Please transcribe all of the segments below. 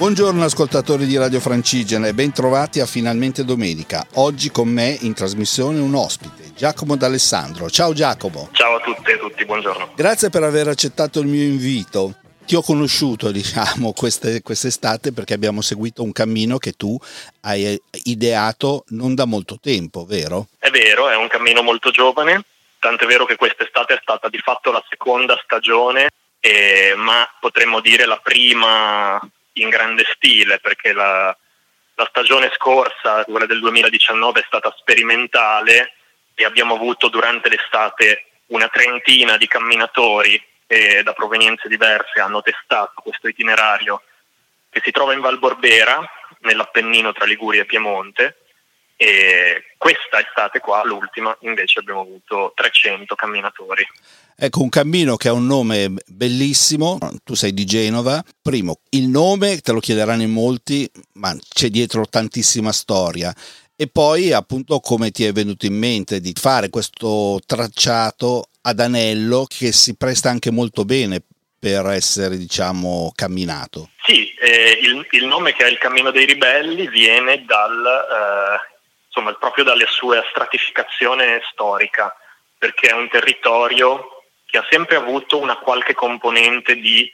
Buongiorno ascoltatori di Radio Francigena e ben trovati a Finalmente Domenica. Oggi con me in trasmissione un ospite, Giacomo D'Alessandro. Ciao Giacomo. Ciao a tutte e tutti, buongiorno. Grazie per aver accettato il mio invito. Ti ho conosciuto, quest'estate perché abbiamo seguito un cammino che tu hai ideato non da molto tempo, vero? È vero, è un cammino molto giovane, tant'è vero che quest'estate è stata di fatto la seconda stagione, ma potremmo dire la prima in grande stile, perché la stagione scorsa, quella del 2019, è stata sperimentale e abbiamo avuto durante l'estate una trentina di camminatori che da provenienze diverse hanno testato questo itinerario che si trova in Val Borbera, nell'Appennino tra Liguria e Piemonte, e questa estate qua, l'ultima, invece abbiamo avuto 300 camminatori. Ecco, un cammino che ha un nome bellissimo. Tu sei di Genova. Primo, il nome te lo chiederanno in molti, ma c'è dietro tantissima storia. E poi appunto come ti è venuto in mente di fare questo tracciato ad anello che si presta anche molto bene per essere, diciamo, camminato. Sì, il nome, che è il Cammino dei Ribelli, viene proprio dalla sua stratificazione storica, perché è un territorio che ha sempre avuto una qualche componente di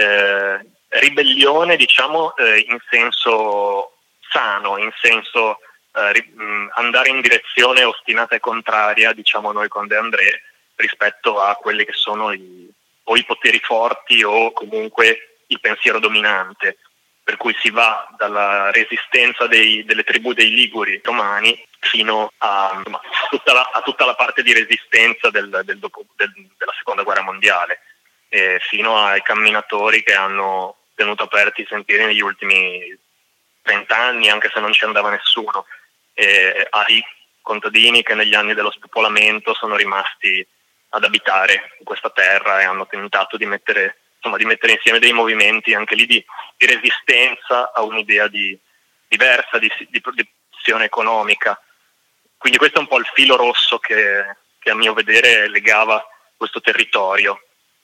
ribellione, diciamo, in senso sano, in senso andare in direzione ostinata e contraria, diciamo noi con De André, rispetto a quelli che sono i poteri forti o comunque il pensiero dominante, per cui si va dalla resistenza delle tribù dei Liguri romani fino a tutta la parte di resistenza della seconda guerra mondiale, fino ai camminatori che hanno tenuto aperti i sentieri negli ultimi 30 anni, anche se non ci andava nessuno, ai contadini che negli anni dello spopolamento sono rimasti ad abitare questa terra e hanno tentato di mettere insieme dei movimenti anche lì di resistenza a un'idea diversa di posizione economica. Quindi questo è un po' il filo rosso che a mio vedere legava questo territorio,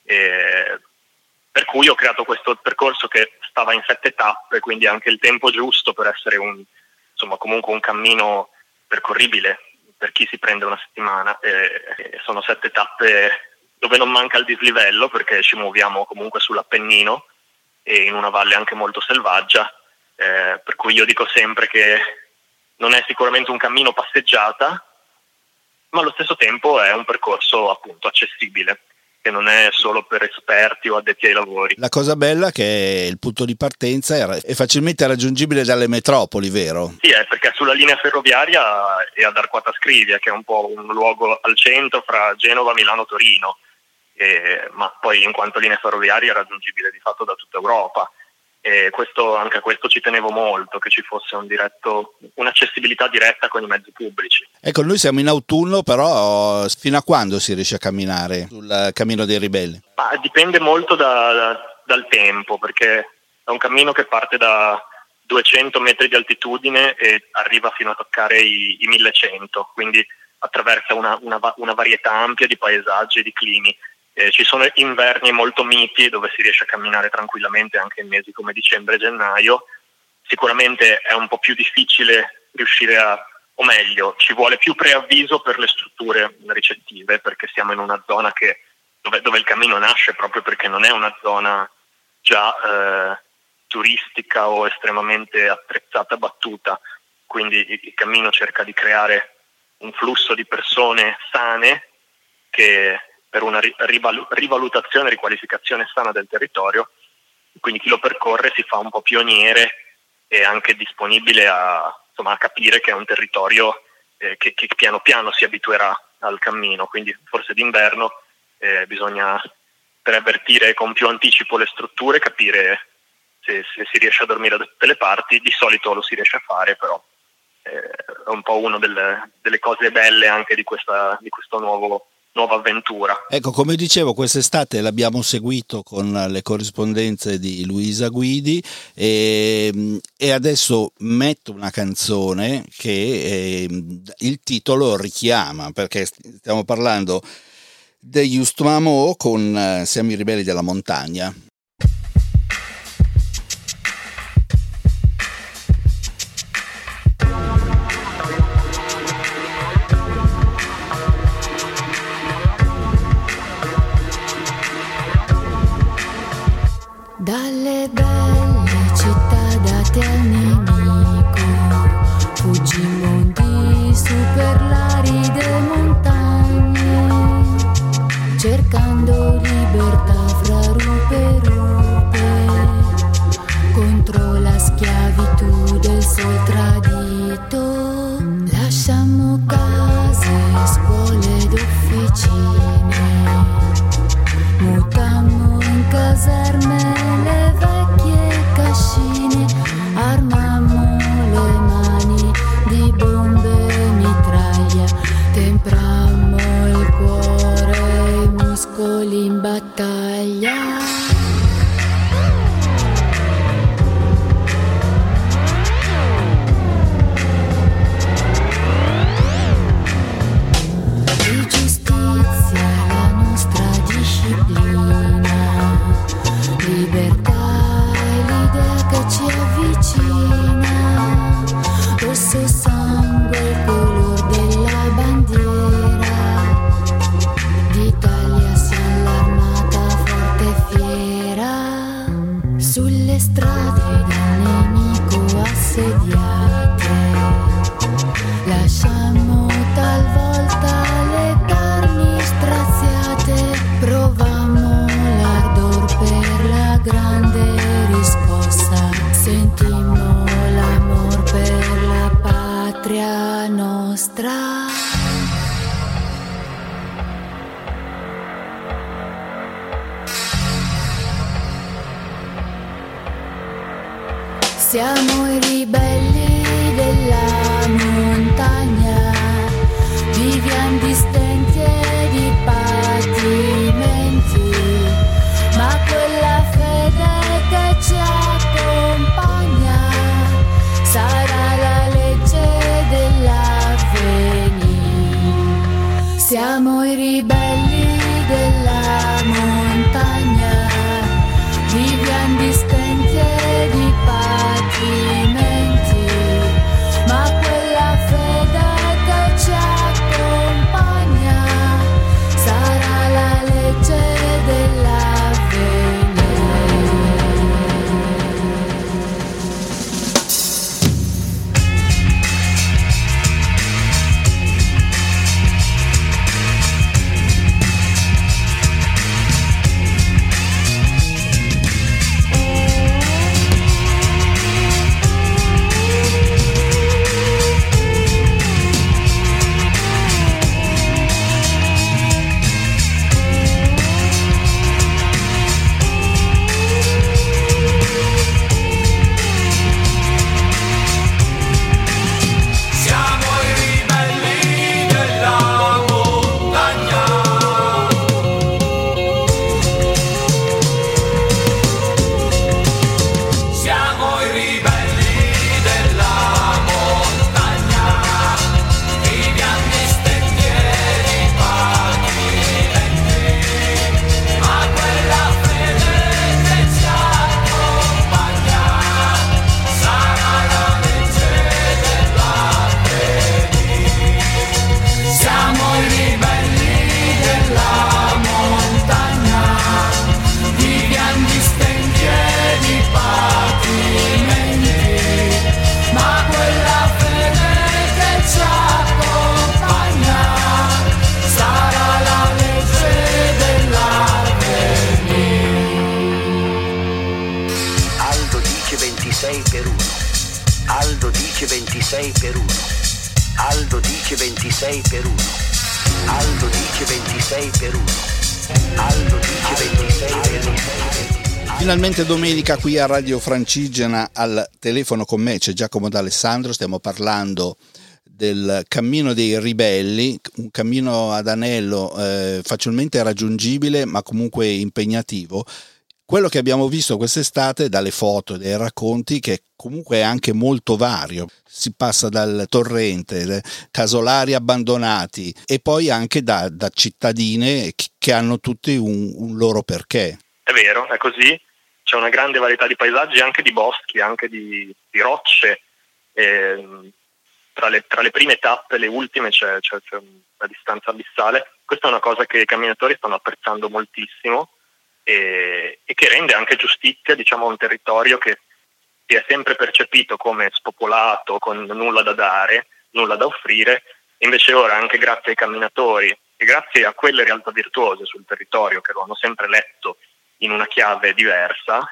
per cui ho creato questo percorso che stava in 7 tappe, quindi anche il tempo giusto per essere comunque un cammino percorribile per chi si prende una settimana. Sono 7 tappe dove non manca il dislivello, perché ci muoviamo comunque sull'Appennino e in una valle anche molto selvaggia, per cui io dico sempre che non è sicuramente un cammino passeggiata, ma allo stesso tempo è un percorso appunto accessibile, che non è solo per esperti o addetti ai lavori. La cosa bella è che il punto di partenza è facilmente raggiungibile dalle metropoli, vero? Sì, è perché sulla linea ferroviaria è ad Arquata Scrivia, che è un po' un luogo al centro fra Genova, Milano, Torino, ma poi in quanto linea ferroviaria è raggiungibile di fatto da tutta Europa. E anche a questo ci tenevo molto, che ci fosse un'accessibilità diretta con i mezzi pubblici. Ecco, noi siamo in autunno, però fino a quando si riesce a camminare sul Cammino dei Ribelli? Dipende molto dal tempo, perché è un cammino che parte da 200 metri di altitudine e arriva fino a toccare i 1100, quindi attraversa una varietà ampia di paesaggi e di climi. Ci sono inverni molto miti dove si riesce a camminare tranquillamente anche in mesi come dicembre e gennaio. Sicuramente è un po' più difficile riuscire o meglio, ci vuole più preavviso per le strutture ricettive, perché siamo in una zona dove il cammino nasce proprio perché non è una zona già turistica o estremamente attrezzata, battuta. Quindi il cammino cerca di creare un flusso di persone sane che per una rivalutazione e riqualificazione sana del territorio, quindi chi lo percorre si fa un po' pioniere e anche disponibile a capire che è un territorio che piano piano si abituerà al cammino. Quindi forse d'inverno bisogna, per avvertire con più anticipo le strutture, capire se si riesce a dormire da tutte le parti. Di solito lo si riesce a fare, però è un po' una delle cose belle anche di questa nuova avventura. Ecco, come dicevo, quest'estate l'abbiamo seguito con le corrispondenze di Luisa Guidi e adesso metto una canzone che il titolo richiama, perché stiamo parlando degli Ustumamo con Siamo i ribelli della montagna. al nemico, fuggimondi su per l'aride montagne, cercando libertà fra rupe e rupe, contro la schiavitù del sol tradito. Lasciamo case, scuole ed officine, mutammo in caserme le vecchie cascine, armammo le mani di bombe e mitraglia, temprammo il cuore e i muscoli in battaglia. Libertà è l'idea che ci avvicina, rosso sangue il color della bandiera, d'Italia siamo l'armata forte e fiera, sulle strade dal nemico assediate, lasciamo talvolta le carni straziate, provammo l'ardor per la grande riscossa, sentimmo l'amor per la patria nostra. Siamo i ribelli della montagna, viviamo di stenti e di patimenti, ma quella fede che ci accompagna sarà la legge dell'avvenire. Siamo i ribelli della montagna, viviamo di stenti e di patimenti, ma quella fede che ci accompagna sarà la legge dell'avvenire. Aldo dice 26 per 1. Aldo dice 26 per 1. Aldo dice 26 per 1. Aldo dice 26 per 1. Finalmente domenica qui a Radio Francigena, al telefono con me c'è Giacomo D'Alessandro. Stiamo parlando del cammino dei ribelli, un cammino ad anello facilmente raggiungibile ma comunque impegnativo. Quello che abbiamo visto quest'estate dalle foto e dai racconti, che comunque è anche molto vario, si passa dal torrente, casolari abbandonati e poi anche da cittadine che hanno tutti un loro perché. È vero, è così, c'è una grande varietà di paesaggi, anche di boschi, anche di rocce, tra le prime tappe e le ultime c'è una distanza abissale. Questa è una cosa che i camminatori stanno apprezzando moltissimo e che rende anche giustizia, diciamo, a un territorio che si è sempre percepito come spopolato, con nulla da dare, nulla da offrire, invece ora, anche grazie ai camminatori e grazie a quelle realtà virtuose sul territorio che lo hanno sempre letto in una chiave diversa,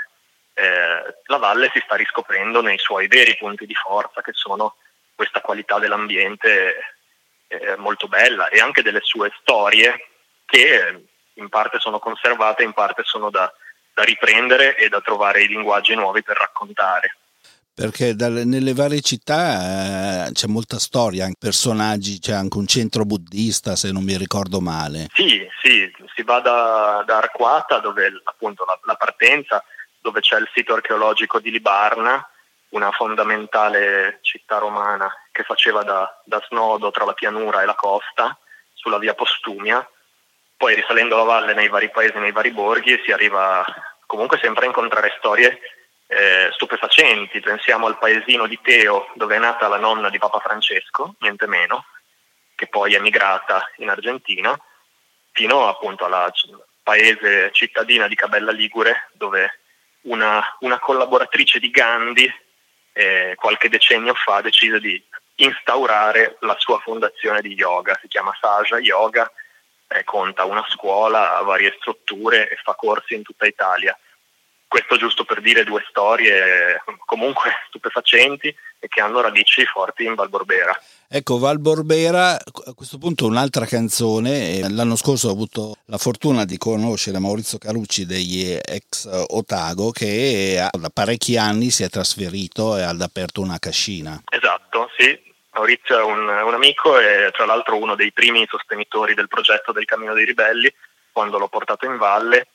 la valle si sta riscoprendo nei suoi veri punti di forza, che sono questa qualità dell'ambiente molto bella, e anche delle sue storie che in parte sono conservate, in parte sono da riprendere e da trovare i linguaggi nuovi per raccontare. Perché nelle varie città c'è molta storia, personaggi, c'è anche un centro buddista, se non mi ricordo male. Sì, si va da Arquata, dove appunto la partenza, dove c'è il sito archeologico di Libarna, una fondamentale città romana che faceva da snodo tra la pianura e la costa, sulla via Postumia. Poi risalendo la valle nei vari paesi, nei vari borghi, si arriva comunque sempre a incontrare storie stupefacenti. Pensiamo al paesino di Teo, dove è nata la nonna di Papa Francesco, niente meno, che poi è migrata in Argentina, fino appunto alla paese cittadina di Cabella Ligure, dove una collaboratrice di Gandhi qualche decennio fa decise di instaurare la sua fondazione di yoga, si chiama Saja Yoga, conta una scuola, varie strutture e fa corsi in tutta Italia. Questo giusto per dire due storie comunque stupefacenti e che hanno radici forti in Val Borbera. Ecco, Val Borbera, a questo punto un'altra canzone. L'anno scorso ho avuto la fortuna di conoscere Maurizio Carucci degli ex Otago, che da parecchi anni si è trasferito e ha aperto una cascina. Esatto, sì. Maurizio è un amico e tra l'altro uno dei primi sostenitori del progetto del Cammino dei Ribelli, quando l'ho portato in valle,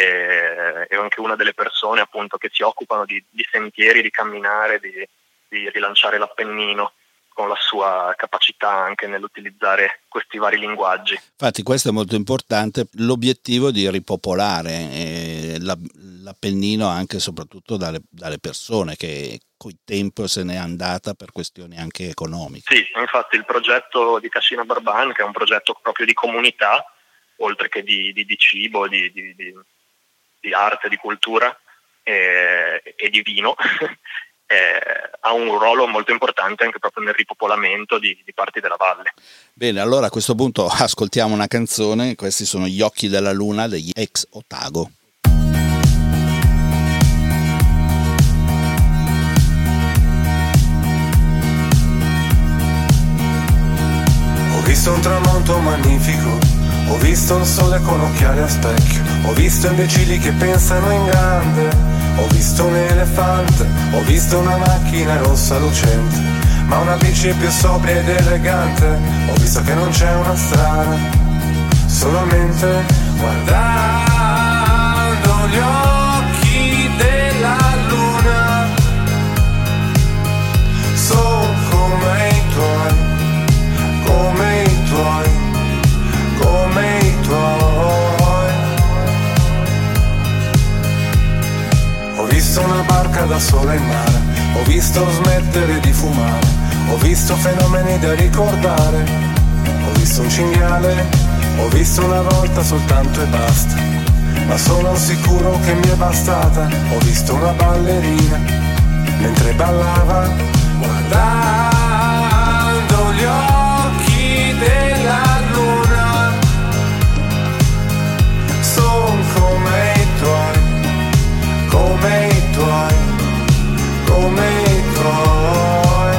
e anche una delle persone appunto che si occupano di sentieri, di camminare, di rilanciare l'Appennino, con la sua capacità anche nell'utilizzare questi vari linguaggi. Infatti questo è molto importante, l'obiettivo di ripopolare l'Appennino anche e soprattutto dalle persone che col tempo se n'è andata per questioni anche economiche. Sì, infatti il progetto di Cascina Barban, che è un progetto proprio di comunità, oltre che di cibo, di arte, di cultura e di vino, ha un ruolo molto importante anche proprio nel ripopolamento di parti della valle. Bene, allora a questo punto ascoltiamo una canzone. Questi sono Gli occhi della luna degli ex Otago. Ho visto un tramonto magnifico, ho visto un sole con occhiali a specchio, ho visto imbecilli che pensano in grande, ho visto un elefante, ho visto una macchina rossa lucente, ma una bici più sobria ed elegante, ho visto che non c'è una strada, solamente guardando gli occhi della luna, sono come i tuoi, come i tuoi, come i tuoi. Ho visto una barca da sola in mare, ho visto smettere di fumare, ho visto fenomeni da ricordare, ho visto un cinghiale, ho visto una volta soltanto e basta, ma sono sicuro che mi è bastata. Ho visto una ballerina mentre ballava, guardando gli occhi della luna, son come i tuoi, come i tuoi, come i tuoi.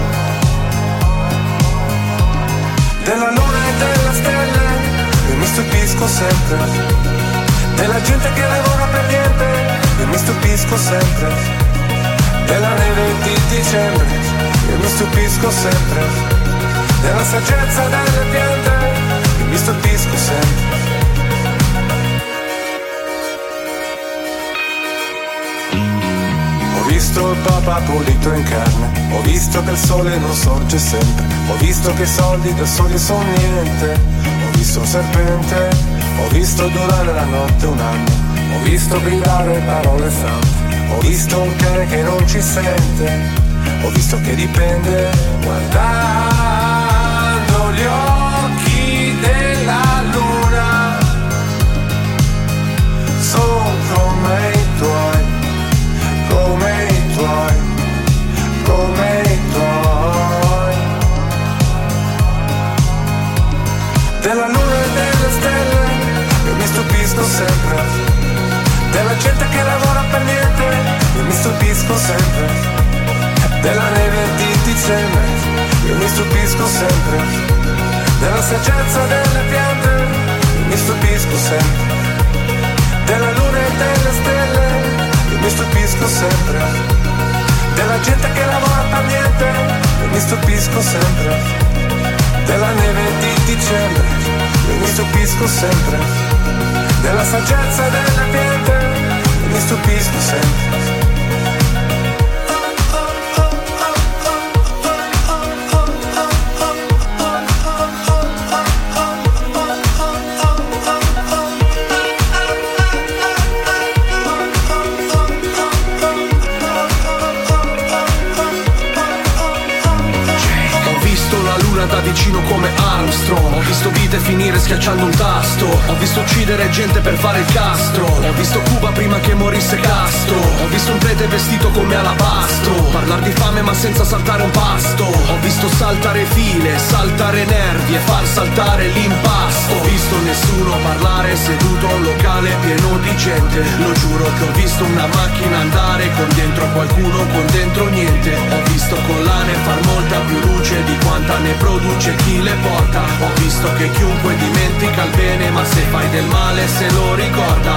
Della luna e delle stelle io mi stupisco sempre, della gente che lavora per niente io mi stupisco sempre, della neve di dicembre io mi stupisco sempre, della saggezza delle piante io mi stupisco sempre. Ho visto il Papa pulito in carne, ho visto che il sole non sorge sempre, ho visto che i soldi da soli sono niente, ho visto un serpente, ho visto durare la notte un anno, ho visto gridare parole sante, ho visto un cane che non ci sente, ho visto che dipende, guardando gli occhi della luna, son come i tuoi, come i tuoi, stupisco sempre, della gente che lavora per niente, io mi stupisco sempre, della neve di dicembre, io mi stupisco sempre, della saggezza delle piante, io mi stupisco sempre, della luna e delle stelle, io mi stupisco sempre, della gente che lavora per niente, io mi stupisco sempre, della neve di dicembre, io mi stupisco sempre, della saggezza delle piante, io mi stupisco sempre. Da vicino come Armstrong, ho visto vite finire schiacciando un tasto, ho visto uccidere gente per fare il castro, ho visto Cuba prima che morisse Castro, ho visto un prete vestito come alabastro, parlar di fame ma senza saltare un pasto, ho visto saltare file, saltare nervi e far saltare l'impasto, ho visto nessuno parlare seduto a un locale pieno di gente, lo giuro che ho visto una macchina andare con dentro qualcuno, con dentro niente, ho visto collane far molta più luce di quanta ne produce chi le porta, ho visto che chiunque dimentica il bene ma se fai del male se lo ricorda.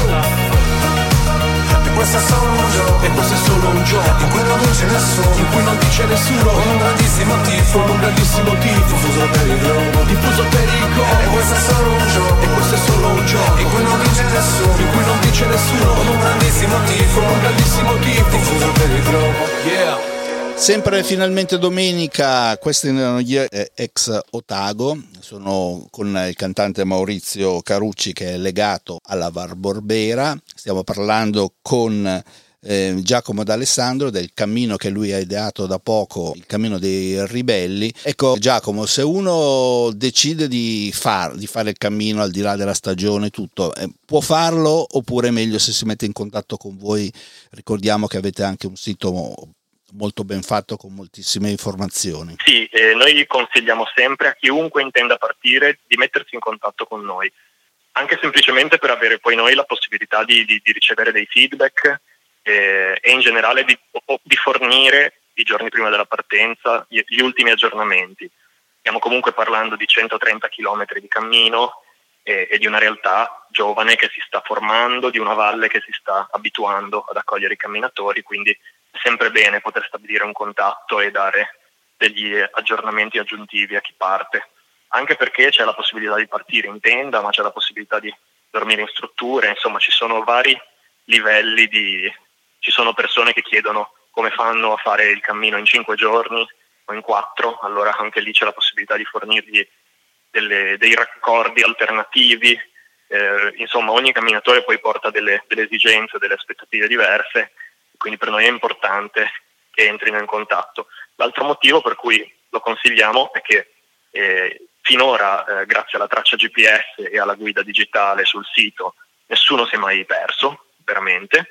E questo è solo un gioco, e questo è solo un gioco in cui non vince nessuno, in cui non dice nessuno, con un grandissimo tifo, con un grandissimo tifo diffuso per il globo, diffuso per il globo. E questo è solo un gioco, e questo è solo un gioco in cui non vince nessuno, in cui non dice nessuno, con un grandissimo tifo, con un grandissimo tifo diffuso per il globo. Yeah. Sempre finalmente domenica, questi erano gli ex Otago, sono con il cantante Maurizio Carucci che è legato alla Varborbera, stiamo parlando con Giacomo D'Alessandro del cammino che lui ha ideato da poco, il cammino dei ribelli. Ecco Giacomo, se uno decide di fare il cammino al di là della stagione tutto, può farlo oppure è meglio se si mette in contatto con voi? Ricordiamo che avete anche un sito molto ben fatto con moltissime informazioni. Sì, noi consigliamo sempre a chiunque intenda partire di mettersi in contatto con noi, anche semplicemente per avere poi noi la possibilità di ricevere dei feedback e in generale di fornire i giorni prima della partenza gli ultimi aggiornamenti. Stiamo comunque parlando di 130 km di cammino e di una realtà giovane che si sta formando, di una valle che si sta abituando ad accogliere i camminatori, quindi è sempre bene poter stabilire un contatto e dare degli aggiornamenti aggiuntivi a chi parte, anche perché c'è la possibilità di partire in tenda, ma c'è la possibilità di dormire in strutture, insomma ci sono vari livelli ci sono persone che chiedono come fanno a fare il cammino in 5 giorni o in 4, allora anche lì c'è la possibilità di fornirgli dei raccordi alternativi, insomma ogni camminatore poi porta delle esigenze, delle aspettative diverse, quindi per noi è importante che entrino in contatto. L'altro motivo per cui lo consigliamo è che finora, grazie alla traccia GPS e alla guida digitale sul sito, nessuno si è mai perso, veramente.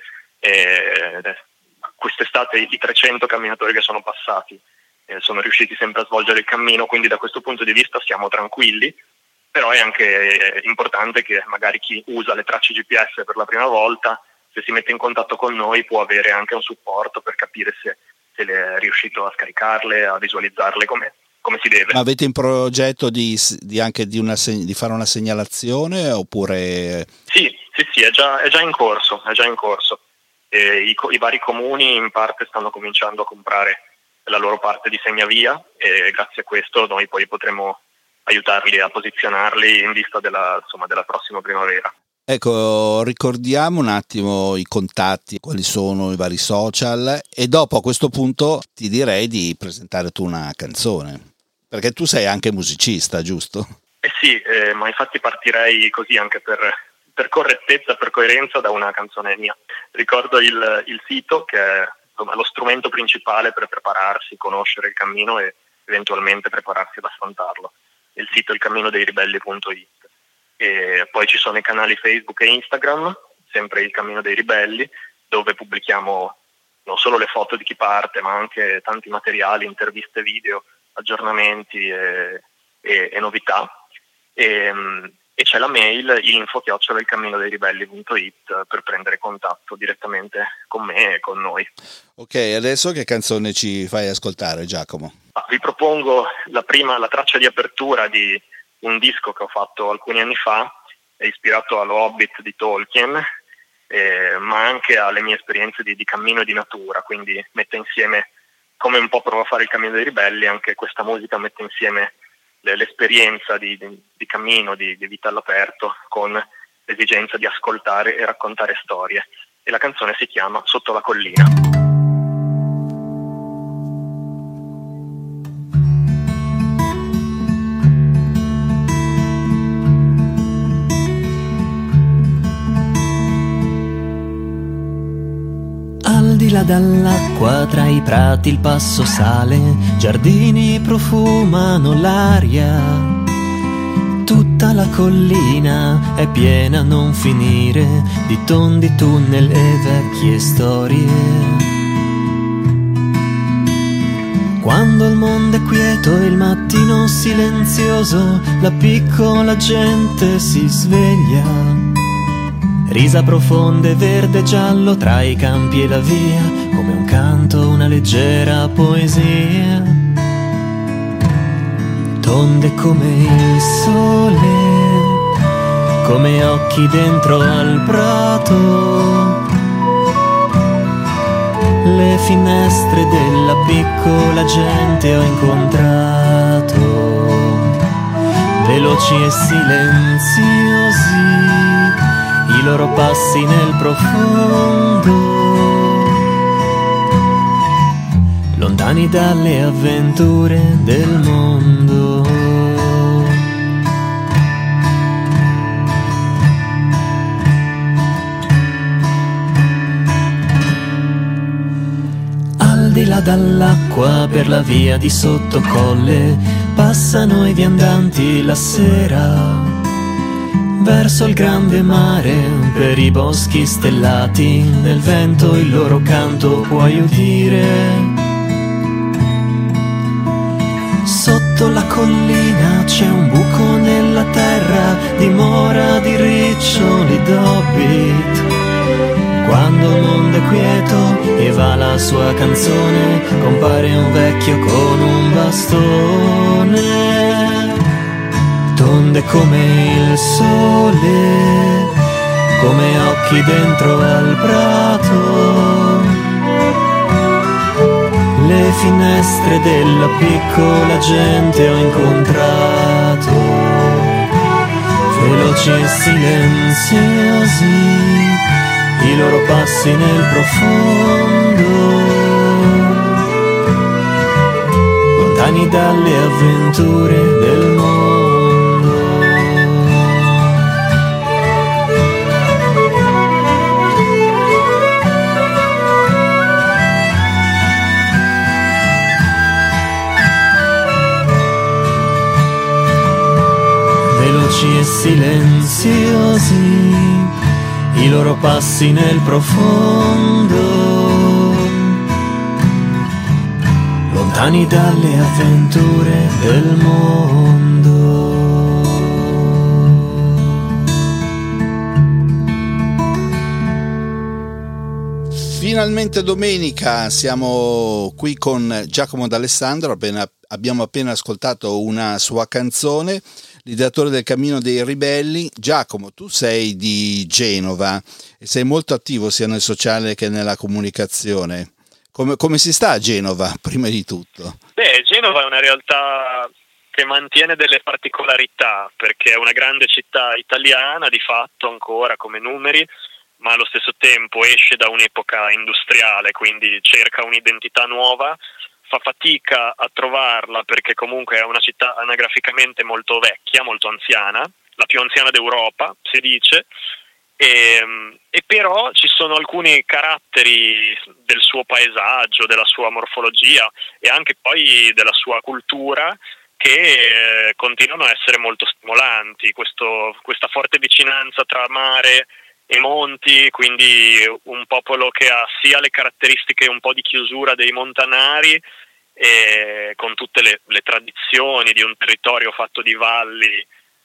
Quest'estate i 300 camminatori che sono passati sono riusciti sempre a svolgere il cammino, quindi da questo punto di vista siamo tranquilli, però è anche importante che magari chi usa le tracce GPS per la prima volta, se si mette in contatto con noi, può avere anche un supporto per capire se è riuscito a scaricarle, a visualizzarle come si deve. Ma avete in progetto di fare una segnalazione oppure? Sì, è già in corso. I vari comuni in parte stanno cominciando a comprare la loro parte di segnavia e grazie a questo noi poi potremo aiutarli a posizionarli in vista della prossima primavera. Ecco, ricordiamo un attimo i contatti, quali sono i vari social, e dopo a questo punto ti direi di presentare tu una canzone, perché tu sei anche musicista, giusto? Sì, ma infatti partirei così anche per correttezza, per coerenza, da una canzone mia. Ricordo il sito che è lo strumento principale per prepararsi, conoscere il cammino e eventualmente prepararsi ad affrontarlo. Il sito è ilcamminodeiribelli.it. E poi ci sono i canali Facebook e Instagram, sempre il Cammino dei Ribelli, dove pubblichiamo non solo le foto di chi parte, ma anche tanti materiali, interviste video, aggiornamenti e novità. E e c'è la mail info@ilcaminodeiribelli.it per prendere contatto direttamente con me e con noi. Ok, adesso che canzone ci fai ascoltare, Giacomo? Vi propongo la traccia di apertura di un disco che ho fatto alcuni anni fa, è ispirato allo Hobbit di Tolkien, ma anche alle mie esperienze di cammino e di natura, quindi mette insieme, come un po' provo a fare il Cammino dei Ribelli, anche questa musica mette insieme l'esperienza di cammino, di vita all'aperto, con l'esigenza di ascoltare e raccontare storie. E la canzone si chiama Sotto la collina. Al di là dall'acqua, tra i prati il passo sale, giardini profumano l'aria. Tutta la collina è piena a non finire di tondi tunnel e vecchie storie. Quando il mondo è quieto e il mattino silenzioso, la piccola gente si sveglia. Risa profonde, verde e giallo tra i campi e la via, come un canto, una leggera poesia. Tonde come il sole, come occhi dentro al prato. Le finestre della piccola gente ho incontrato, veloci e silenziosi, i loro passi nel profondo, lontani dalle avventure del mondo. Al di là dall'acqua, per la via di sottocolle, passano i viandanti la sera verso il grande mare, per i boschi stellati, nel vento il loro canto puoi udire. Sotto la collina c'è un buco nella terra, dimora di riccioli d'hobbit. Quando il mondo è quieto e va la sua canzone, compare un vecchio con un bastone. Tonde come il sole, come occhi dentro al prato. Le finestre della piccola gente ho incontrato, veloci e silenziosi, i loro passi nel profondo, lontani dalle avventure del mondo. Veloci e silenziosi, i loro passi nel profondo, lontani dalle avventure del mondo. Finalmente domenica, siamo qui con Giacomo D'Alessandro, abbiamo appena ascoltato una sua canzone, l'ideatore del Cammino dei Ribelli. Giacomo, tu sei di Genova e sei molto attivo sia nel sociale che nella comunicazione. Come si sta a Genova, prima di tutto? Genova è una realtà che mantiene delle particolarità, perché è una grande città italiana di fatto ancora come numeri, ma allo stesso tempo esce da un'epoca industriale, quindi cerca un'identità nuova, fa fatica a trovarla perché comunque è una città anagraficamente molto vecchia, molto anziana, la più anziana d'Europa, si dice, e però ci sono alcuni caratteri del suo paesaggio, della sua morfologia e anche poi della sua cultura che continuano a essere molto stimolanti. Questa forte vicinanza tra mare e monti, quindi un popolo che ha sia le caratteristiche un po' di chiusura dei montanari, con tutte le tradizioni di un territorio fatto di valli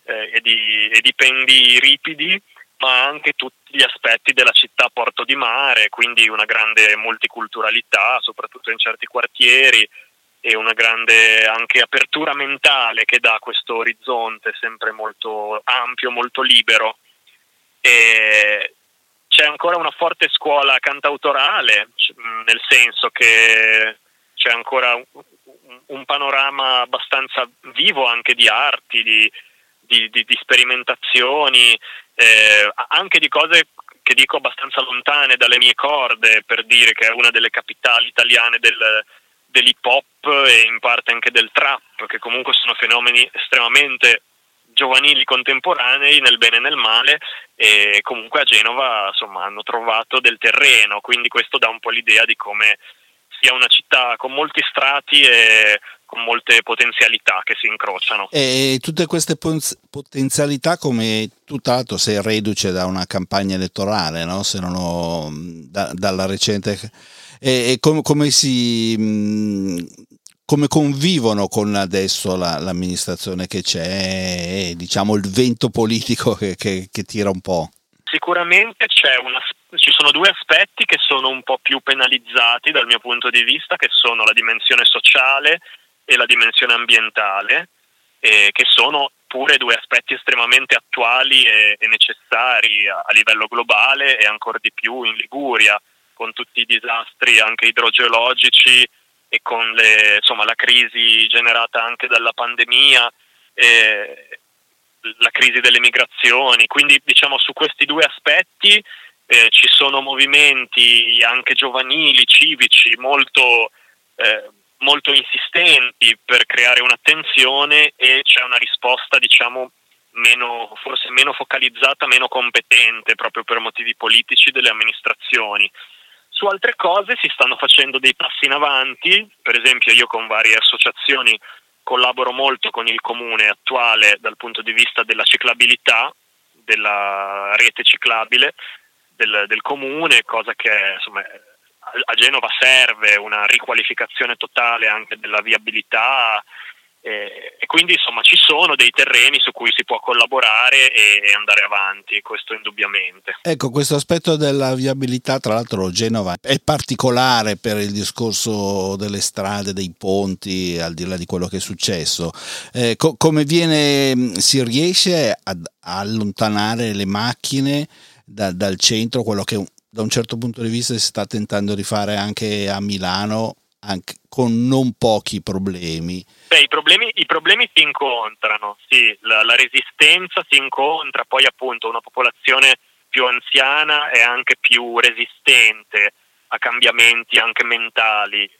e di pendi ripidi, ma anche tutti gli aspetti della città porto di mare, quindi una grande multiculturalità, soprattutto in certi quartieri, e una grande anche apertura mentale che dà questo orizzonte sempre molto ampio, molto libero. E c'è ancora una forte scuola cantautorale, nel senso che c'è ancora un panorama abbastanza vivo anche di arti, di sperimentazioni, anche di cose che dico abbastanza lontane dalle mie corde, per dire che è una delle capitali italiane dell'hip hop e in parte anche del trap, che comunque sono fenomeni estremamente giovanili, contemporanei, nel bene e nel male, e comunque a Genova insomma hanno trovato del terreno, quindi questo dà un po' l'idea di come sia una città con molti strati e con molte potenzialità che si incrociano. E tutte queste potenzialità, come tu tra l'altro sei reduce da una campagna elettorale, no? Se non ho dalla recente, e come convivono con adesso l'amministrazione che c'è, diciamo il vento politico che tira un po'? Sicuramente ci sono due aspetti che sono un po' più penalizzati dal mio punto di vista, che sono la dimensione sociale e la dimensione ambientale, che sono pure due aspetti estremamente attuali e necessari a livello globale, e ancora di più in Liguria, con tutti i disastri anche idrogeologici e con la crisi generata anche dalla pandemia, la crisi delle migrazioni. Quindi diciamo su questi due aspetti ci sono movimenti anche giovanili, civici, molto insistenti per creare un'attenzione, e c'è una risposta diciamo forse meno focalizzata, meno competente, proprio per motivi politici, delle amministrazioni. Su altre cose si stanno facendo dei passi in avanti, per esempio io con varie associazioni collaboro molto con il comune attuale dal punto di vista della ciclabilità, della rete ciclabile del comune, cosa che insomma a Genova serve, una riqualificazione totale anche della viabilità, e quindi insomma ci sono dei terreni su cui si può collaborare e andare avanti, questo indubbiamente. Ecco, questo aspetto della viabilità, tra l'altro Genova è particolare per il discorso delle strade, dei ponti, al di là di quello che è successo. Come si riesce a allontanare le macchine dal centro, quello che da un certo punto di vista si sta tentando di fare anche a Milano, anche con non pochi problemi? I problemi si incontrano, sì, la resistenza si incontra, poi appunto una popolazione più anziana è anche più resistente a cambiamenti anche mentali,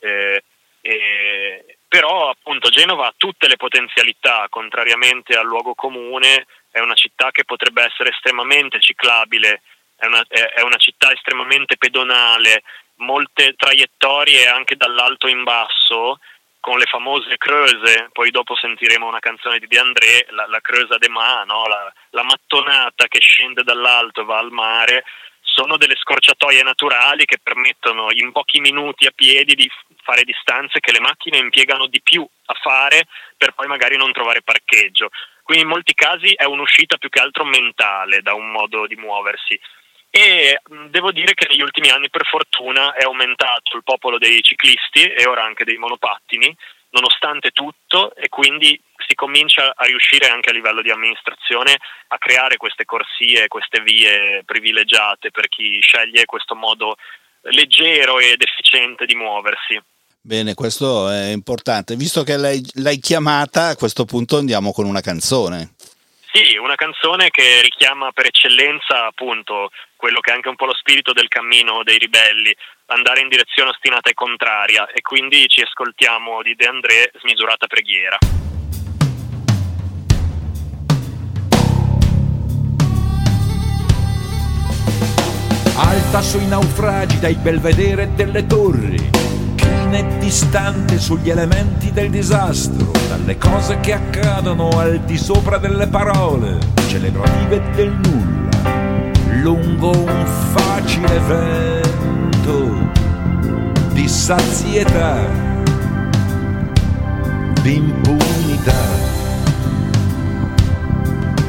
però appunto Genova ha tutte le potenzialità, contrariamente al luogo comune. È una città che potrebbe essere estremamente ciclabile, è una città estremamente pedonale, molte traiettorie anche dall'alto in basso, con le famose creuse. Poi dopo sentiremo una canzone di De André, la creusa de Ma, no? La mattonata che scende dall'alto e va al mare. Sono delle scorciatoie naturali che permettono in pochi minuti a piedi di fare distanze che le macchine impiegano di più a fare, per poi magari non trovare parcheggio. Quindi in molti casi è un'uscita più che altro mentale da un modo di muoversi. E devo dire che negli ultimi anni per fortuna è aumentato il popolo dei ciclisti e ora anche dei monopattini, nonostante tutto, e quindi si comincia a riuscire anche a livello di amministrazione a creare queste corsie, queste vie privilegiate per chi sceglie questo modo leggero ed efficiente di muoversi. Bene, questo è importante. Visto che l'hai chiamata, a questo punto andiamo con una canzone. Sì, una canzone che richiama per eccellenza appunto quello che è anche un po' lo spirito del cammino dei ribelli, andare in direzione ostinata e contraria, e quindi ci ascoltiamo di De André, Smisurata preghiera. Alta sui naufragi dai belvedere delle torri, china e distante sugli elementi del disastro, dalle cose che accadono al di sopra delle parole celebrative del nulla, lungo un facile vento di sazietà, di impunità.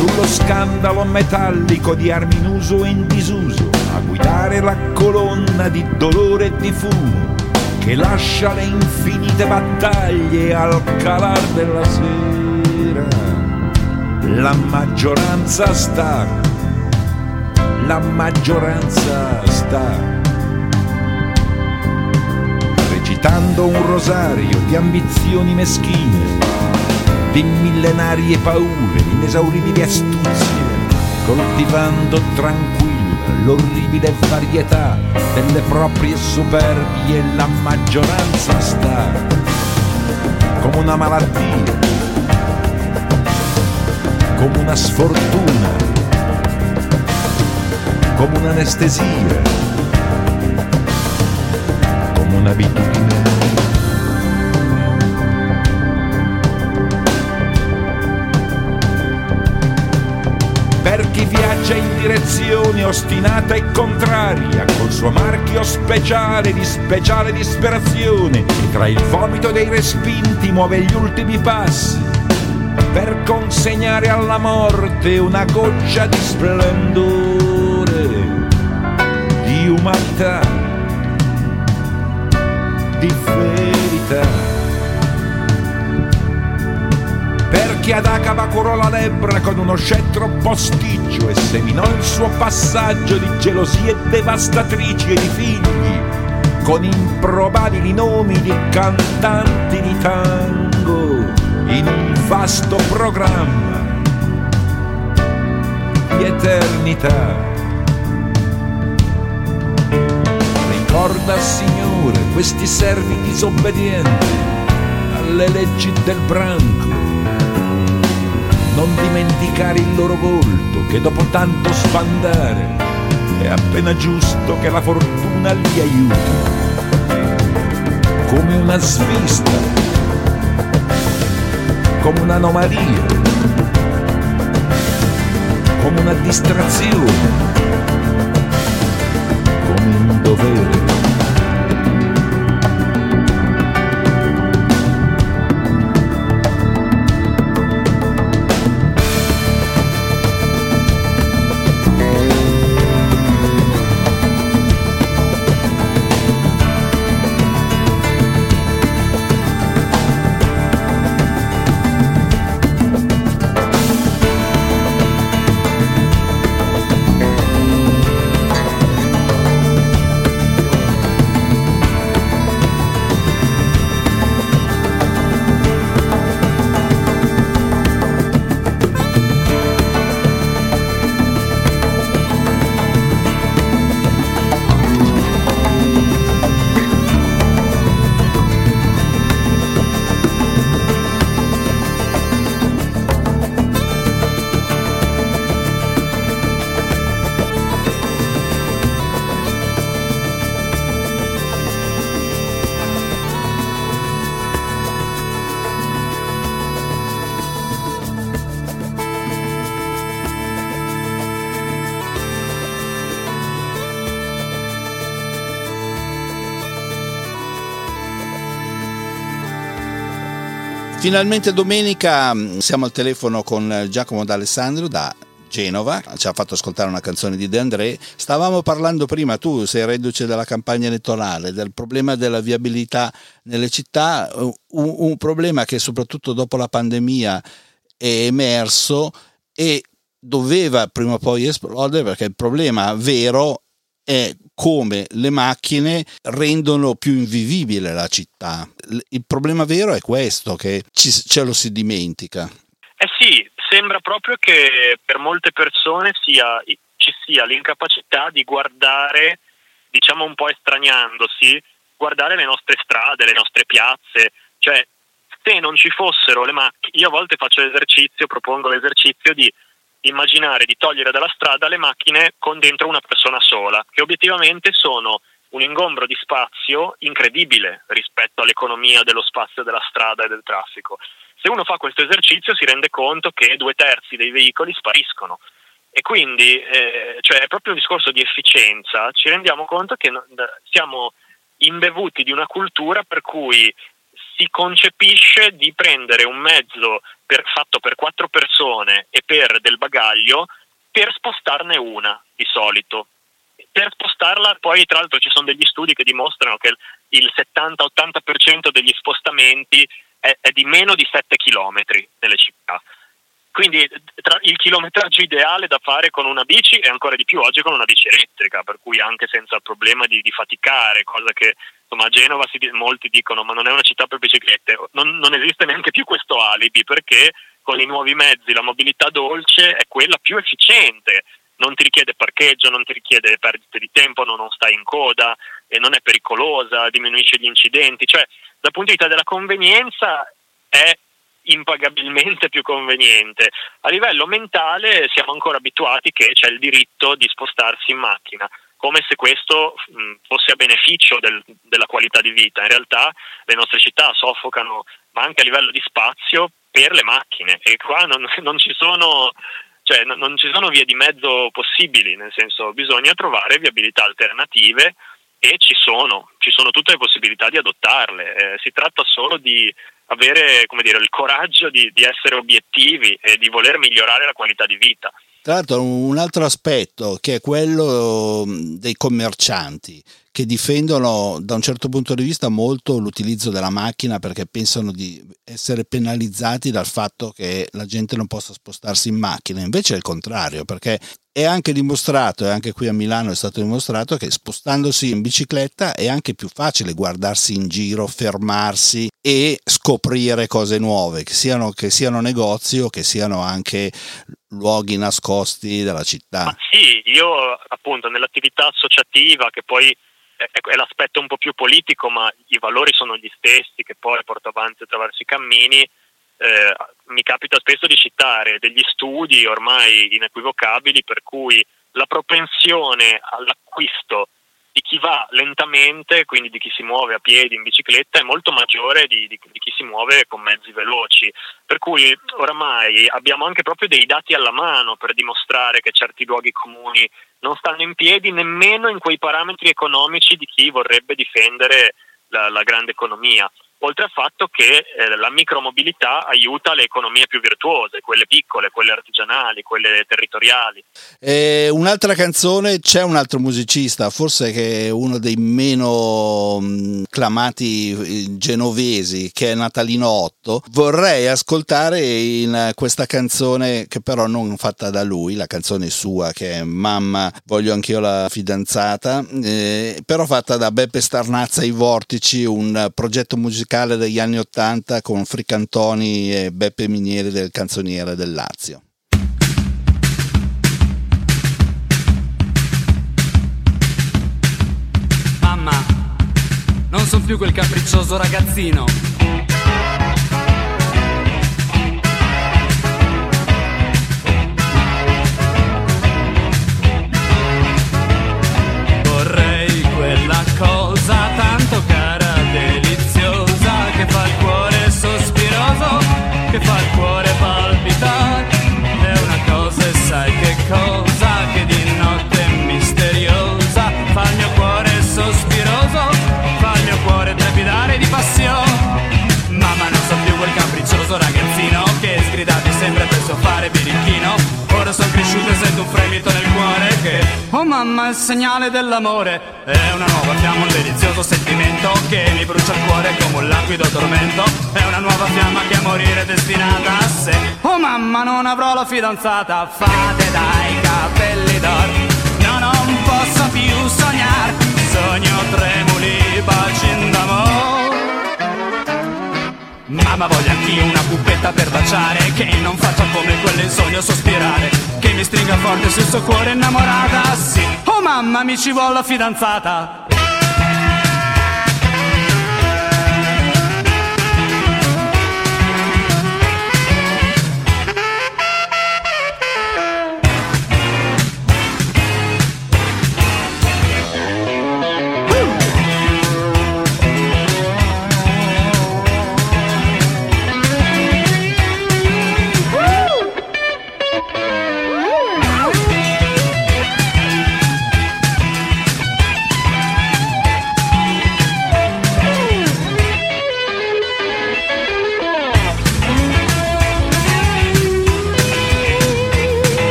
sullo scandalo metallico di armi in uso e in disuso, a guidare la colonna di dolore e di fumo che lascia le infinite battaglie al calar della sera. La maggioranza sta recitando un rosario di ambizioni meschine, di millenarie paure, di inesauribili astuzie, coltivando tranquilla l'orribile varietà delle proprie superbie. La maggioranza sta come una malattia, come una sfortuna, come un'anestesia, come un'abitudine. Per chi viaggia in direzione ostinata e contraria, col suo marchio speciale di speciale disperazione, e tra il vomito dei respinti muove gli ultimi passi, per consegnare alla morte una goccia di splendore, di umanità, di verità. Per chi ad Acaba curò la lebbra con uno scettro posticcio e seminò il suo passaggio di gelosie devastatrici e di figli, con improbabili nomi di cantanti di tango, in un vasto programma di eternità. Ricorda, Signore, questi servi disobbedienti alle leggi del branco. Non dimenticare il loro volto, che dopo tanto sbandare è appena giusto che la fortuna li aiuti. Come una svista, come un'anomalia, come una distrazione, come un dovere. Finalmente domenica siamo al telefono con Giacomo D'Alessandro da Genova, ci ha fatto ascoltare una canzone di De André. Stavamo parlando prima, tu sei reduce dalla campagna elettorale, del problema della viabilità nelle città, un problema che soprattutto dopo la pandemia è emerso e doveva prima o poi esplodere, perché il problema vero è come le macchine rendono più invivibile la città. Il problema vero è questo, che ce lo si dimentica. Sì, sembra proprio che per molte persone ci sia l'incapacità di guardare, diciamo un po' estraniandosi, guardare le nostre strade, le nostre piazze. Cioè, se non ci fossero le macchine, io a volte propongo l'esercizio di immaginare di togliere dalla strada le macchine con dentro una persona sola, che obiettivamente sono un ingombro di spazio incredibile rispetto all'economia dello spazio della strada e del traffico. Se uno fa questo esercizio si rende conto che 2/3 dei veicoli spariscono, e quindi cioè è proprio un discorso di efficienza. Ci rendiamo conto che siamo imbevuti di una cultura per cui si concepisce di prendere un mezzo fatto per 4 persone e per del bagaglio, per spostarne una di solito. Per spostarla, poi tra l'altro ci sono degli studi che dimostrano che il 70-80% degli spostamenti è di meno di 7 chilometri nelle città. Quindi il chilometraggio ideale da fare con una bici è ancora di più oggi con una bici elettrica, per cui anche senza il problema di faticare, cosa che insomma a Genova molti dicono ma non è una città per biciclette. Non esiste neanche più questo alibi, perché con i nuovi mezzi la mobilità dolce è quella più efficiente. Non ti richiede parcheggio, non ti richiede perdite di tempo, non stai in coda, e non è pericolosa, diminuisce gli incidenti. Cioè, dal punto di vista della convenienza è impagabilmente più conveniente. A livello mentale siamo ancora abituati che c'è il diritto di spostarsi in macchina, come se questo fosse a beneficio della qualità di vita. In realtà le nostre città soffocano, ma anche a livello di spazio, per le macchine, e qua non ci sono... Cioè, non ci sono vie di mezzo possibili, nel senso bisogna trovare viabilità alternative, e ci sono tutte le possibilità di adottarle. Si tratta solo di avere, come dire, il coraggio di essere obiettivi e di voler migliorare la qualità di vita. Tra l'altro un altro aspetto, che è quello dei commercianti, che difendono da un certo punto di vista molto l'utilizzo della macchina, perché pensano di essere penalizzati dal fatto che la gente non possa spostarsi in macchina. Invece è il contrario, perché è anche dimostrato, e anche qui a Milano è stato dimostrato, che spostandosi in bicicletta è anche più facile guardarsi in giro, fermarsi e scoprire cose nuove, che siano negozi o che siano anche luoghi nascosti della città. Ma sì, io appunto nell'attività associativa, che poi è l'aspetto un po' più politico, ma i valori sono gli stessi, che poi porto avanti attraverso i cammini, mi capita spesso di citare degli studi ormai inequivocabili per cui la propensione all'acquisto di chi va lentamente, quindi di chi si muove a piedi, in bicicletta, è molto maggiore di chi si muove con mezzi veloci, per cui oramai abbiamo anche proprio dei dati alla mano per dimostrare che certi luoghi comuni non stanno in piedi nemmeno in quei parametri economici di chi vorrebbe difendere la grande economia. Oltre al fatto che la micromobilità aiuta le economie più virtuose, quelle piccole, quelle artigianali, quelle territoriali. Un'altra canzone, c'è un altro musicista, forse che è uno dei meno clamati genovesi, che è Natalino Otto. Vorrei ascoltare in questa canzone, che però non fatta da lui, la canzone sua, che è Mamma, voglio anch'io la fidanzata, però fatta da Beppe Starnazza e i Vortici, un progetto musicale degli anni '80 con Fricantoni e Beppe Minieri del Canzoniere del Lazio. Mamma, non sono più quel capriccioso ragazzino. Vorrei quella cosa tanto cara, che fa il cuore sospiroso, che fa il cuore palpitare. È una cosa, e sai che cosa, che di notte misteriosa fa il mio cuore sospiroso, fa il mio cuore trepidare di passione. Mamma, non so più quel capriccioso ragazzino che sgridate sempre per soffare birichino. Ora sono cresciuto e sento un fremito nel cuore che, oh mamma, è il segnale dell'amore. È una nuova fiamma, un delizioso sentimento che mi brucia il cuore come un lapido tormento. È una nuova fiamma che a morire è destinata a sé. Oh mamma, non avrò la fidanzata. Fate dai capelli d'or, no, non posso più sognare. Sogno tremuli, baci d'amore. Mamma, voglio anch'io una pupetta per baciare, che non faccia come quelle in sogno sospirare, che mi stringa forte sul suo cuore innamorata, sì. Oh mamma, mi ci vuole la fidanzata.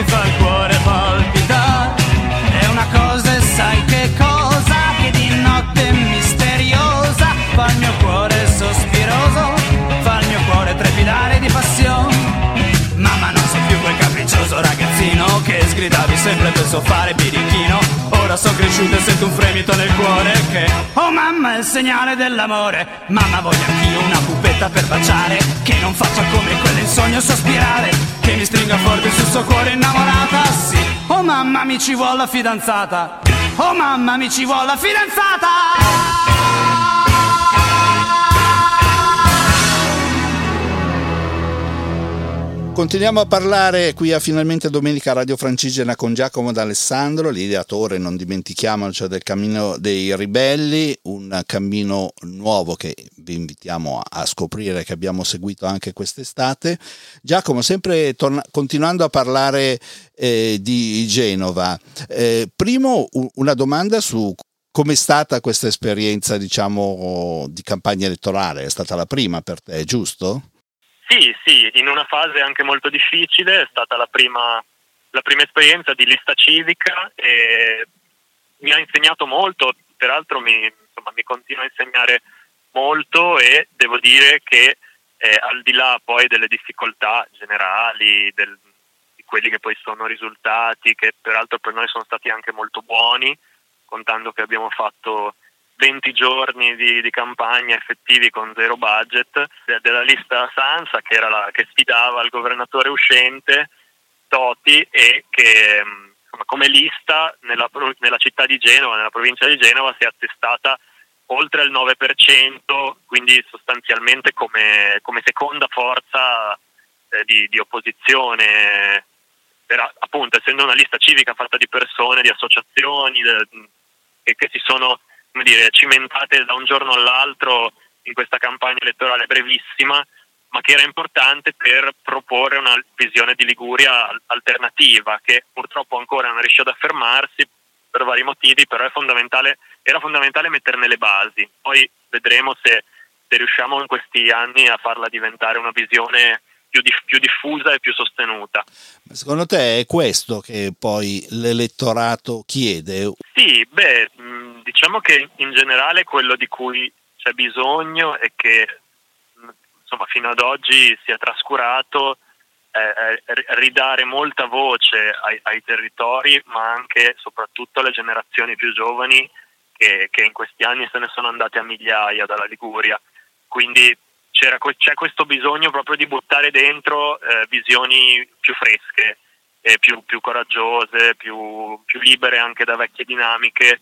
fa il cuore palpitare. È una cosa e sai che cosa, che di notte misteriosa fa il mio cuore sospiroso, fa il mio cuore trepidare di passione. Mamma, non so più quel capriccioso ragazzino che sgridavi sempre per fare birichino. Ora sono cresciuto e sento un fremito nel cuore che, oh mamma, è il segnale dell'amore. Mamma, voglio anch'io una pupetta per baciare, che non faccia come quella in sogno sospirare, che mi stringa forte sul suo cuore innamorata, sì. Oh mamma, mi ci vuole la fidanzata. Oh mamma, mi ci vuole la fidanzata. Continuiamo a parlare qui a Finalmente Domenica Radio Francigena con Giacomo D'Alessandro, l'ideatore, non dimentichiamolo, cioè del Cammino dei Ribelli, un cammino nuovo che vi invitiamo a scoprire, che abbiamo seguito anche quest'estate. Giacomo, sempre continuando a parlare di Genova, primo una domanda su com'è stata questa esperienza, diciamo, di campagna elettorale. È stata la prima per te, giusto? Sì, in una fase anche molto difficile, è stata la prima esperienza di lista civica e mi ha insegnato molto, peraltro mi continua a insegnare molto, e devo dire che al di là poi delle difficoltà generali, di quelli che poi sono risultati, che peraltro per noi sono stati anche molto buoni, contando che abbiamo fatto 20 giorni di campagna effettivi con zero budget, della lista Sansa, che era che sfidava il governatore uscente Toti, e che come lista nella città di Genova, nella provincia di Genova, si è attestata oltre il 9%, quindi sostanzialmente come seconda forza di opposizione, appunto essendo una lista civica fatta di persone, di associazioni che si sono, come dire, cimentate da un giorno all'altro in questa campagna elettorale brevissima, ma che era importante per proporre una visione di Liguria alternativa, che purtroppo ancora non riesce ad affermarsi per vari motivi, però era fondamentale metterne le basi. Poi vedremo se riusciamo in questi anni a farla diventare una visione più diffusa e più sostenuta. Secondo te è questo che poi l'elettorato chiede? Sì, diciamo che in generale quello di cui c'è bisogno e che fino ad oggi si è trascurato è ridare molta voce ai territori, ma anche soprattutto alle generazioni più giovani che in questi anni se ne sono andate a migliaia dalla Liguria. Quindi c'è questo bisogno proprio di buttare dentro visioni più fresche, più coraggiose, più libere anche da vecchie dinamiche,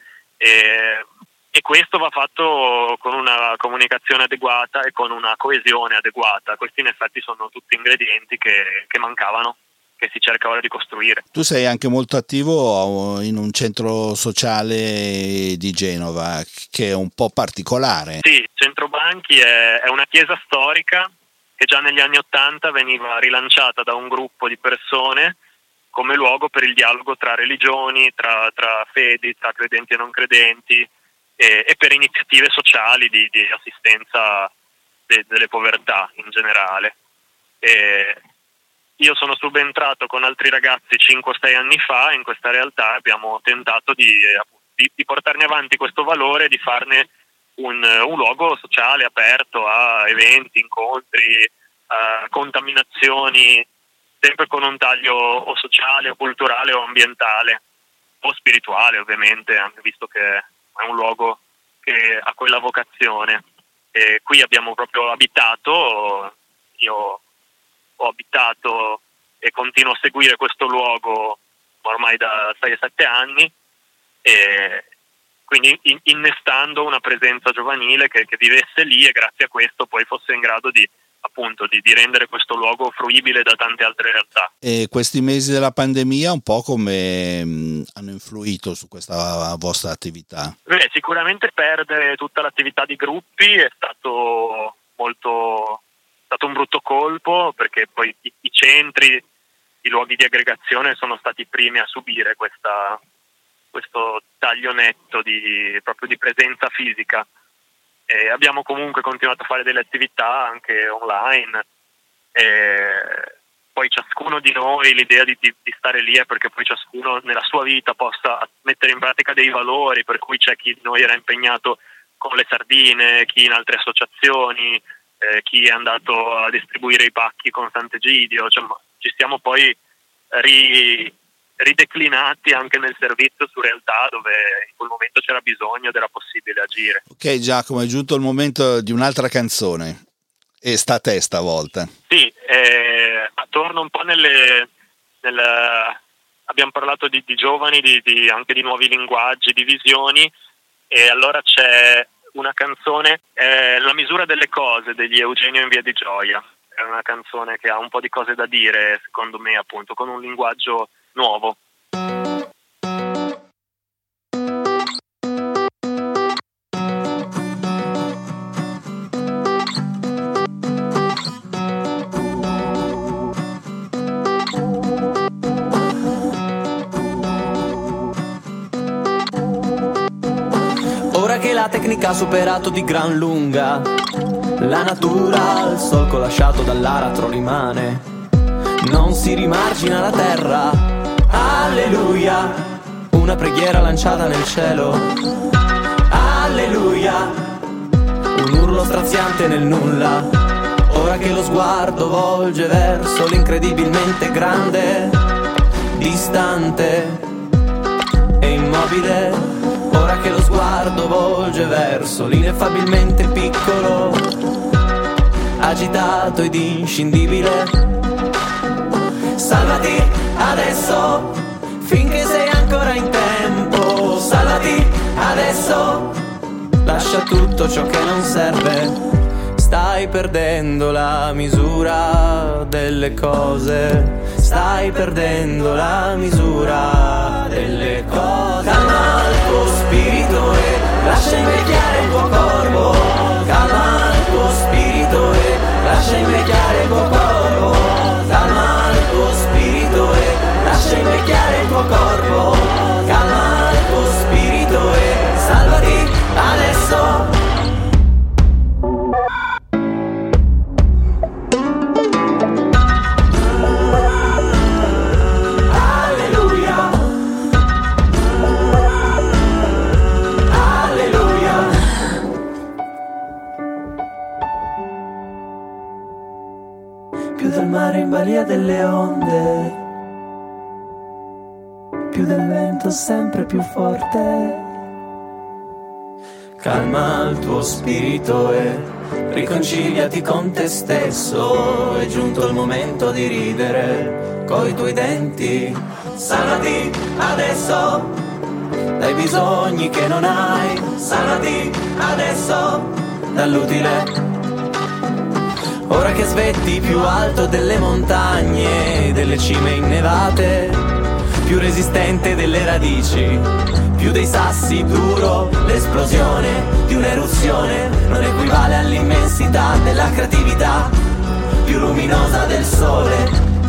e questo va fatto con una comunicazione adeguata e con una coesione adeguata. Questi in effetti sono tutti ingredienti che mancavano, che si cerca ora di costruire. Tu sei anche molto attivo in un centro sociale di Genova che è un po' particolare. Sì, Centro Banchi è una chiesa storica che già negli anni '80 veniva rilanciata da un gruppo di persone come luogo per il dialogo tra religioni, tra fedi, tra credenti e non credenti, e per iniziative sociali di assistenza delle povertà in generale. Io sono subentrato con altri ragazzi 5-6 anni fa in questa realtà, abbiamo tentato di portarne avanti questo valore, di farne un luogo sociale aperto a eventi, incontri, contaminazioni, sempre con un taglio o sociale o culturale o ambientale o spirituale, ovviamente, anche visto che è un luogo che ha quella vocazione. E qui abbiamo proprio abitato, io ho abitato e continuo a seguire questo luogo ormai da 6-7 anni, e quindi innestando una presenza giovanile che vivesse lì, e grazie a questo poi fosse in grado di rendere questo luogo fruibile da tante altre realtà. E questi mesi della pandemia un po' come hanno influito su questa vostra attività? Sicuramente perdere tutta l'attività di gruppi è stato un brutto colpo, perché poi i centri, i luoghi di aggregazione sono stati i primi a subire questo taglio netto proprio di presenza fisica. Abbiamo comunque continuato a fare delle attività anche online, poi ciascuno di noi, l'idea di stare lì è perché poi ciascuno nella sua vita possa mettere in pratica dei valori, per cui c'è chi di noi era impegnato con le sardine, chi in altre associazioni, chi è andato a distribuire i pacchi con Sant'Egidio, cioè, ci stiamo poi rideclinati anche nel servizio su realtà dove in quel momento c'era bisogno ed era possibile agire. Ok Giacomo, è giunto il momento di un'altra canzone e sta a te stavolta. Sì, torno un po' abbiamo parlato di giovani, anche di nuovi linguaggi, di visioni, e allora c'è una canzone, La misura delle cose degli Eugenio in Via di Gioia. È una canzone che ha un po' di cose da dire, secondo me, appunto, con un linguaggio nuovo. Ora che la tecnica ha superato di gran lunga la natura, il solco lasciato dall'aratro rimane, non si rimargina la terra. Alleluia, una preghiera lanciata nel cielo. Alleluia, un urlo straziante nel nulla. Ora che lo sguardo volge verso l'incredibilmente grande, distante e immobile. Ora che lo sguardo volge verso l'ineffabilmente piccolo, agitato ed inscindibile. Salvati adesso, finché sei ancora in tempo. Salvati adesso, lascia tutto ciò che non serve. Stai perdendo la misura delle cose. Stai perdendo la misura delle cose. Calma il tuo spirito e lascia invecchiare il tuo corpo. Calma il tuo spirito e lascia invecchiare il tuo corpo. Calma il tuo spirito e lascia invecchiare il tuo corpo. Calma il tuo spirito e salvati adesso. Più del mare in balia delle onde, più del vento sempre più forte. Calma il tuo spirito e riconciliati con te stesso. È giunto il momento di ridere coi tuoi denti. Salvati adesso dai bisogni che non hai. Salvati adesso dall'utile. Ora che svetti più alto delle montagne, delle cime innevate, più resistente delle radici, più dei sassi duro, l'esplosione di un'eruzione non equivale all'immensità della creatività, più luminosa del sole.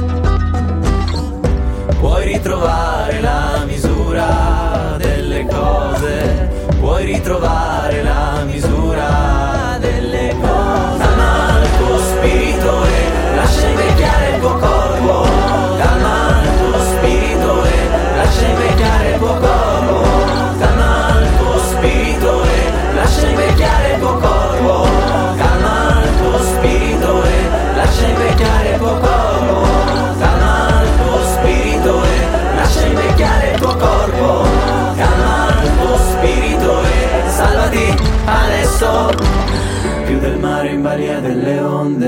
Puoi ritrovare la misura delle cose, puoi ritrovare la misura delle cose. Calma il tuo spirito e lascia invecchiare il tuo corpo. Calma il tuo spirito e lascia invecchiare il tuo corpo. Calma il tuo spirito e lascia invecchiare il tuo corpo. Calma il tuo spirito e lascia invecchiare il tuo corpo. Calma il tuo spirito e lascia invecchiare il tuo corpo. Calma il tuo spirito e salvati adesso. Più del mare in balia delle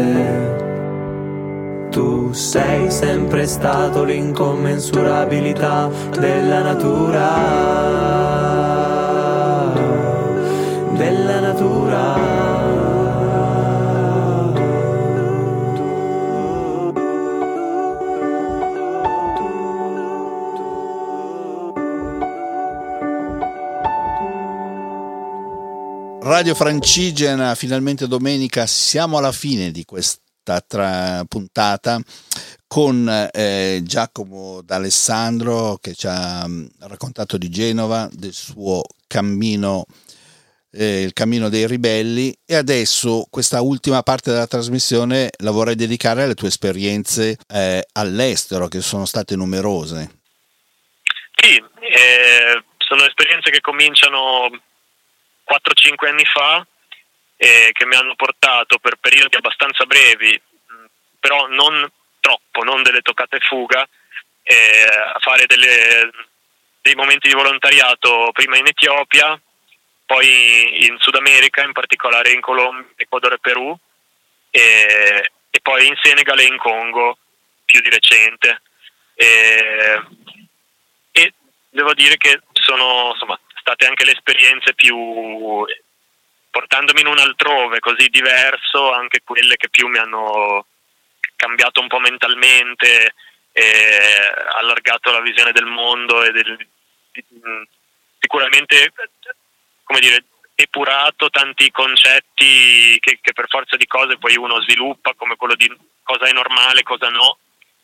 onde, tu sei sempre stato l'incommensurabilità della natura, della natura. Radio Francigena, finalmente domenica, siamo alla fine di questa puntata con Giacomo D'Alessandro che ci ha raccontato di Genova, del suo cammino il Cammino dei Ribelli, e adesso questa ultima parte della trasmissione la vorrei dedicare alle tue esperienze all'estero, che sono state numerose. Sì, sono esperienze che cominciano 4-5 anni fa e che mi hanno portato per periodi abbastanza brevi, però non troppo, non delle toccate e fuga, a fare dei momenti di volontariato prima in Etiopia, poi in Sud America, in particolare in Colombia, Ecuador e Perù, e poi in Senegal e in Congo più di recente. E devo dire che sono state anche le esperienze più, portandomi in un altrove così diverso, anche quelle che più mi hanno cambiato un po' mentalmente, allargato la visione del mondo e sicuramente, come dire, epurato tanti concetti che per forza di cose poi uno sviluppa, come quello di cosa è normale, cosa no,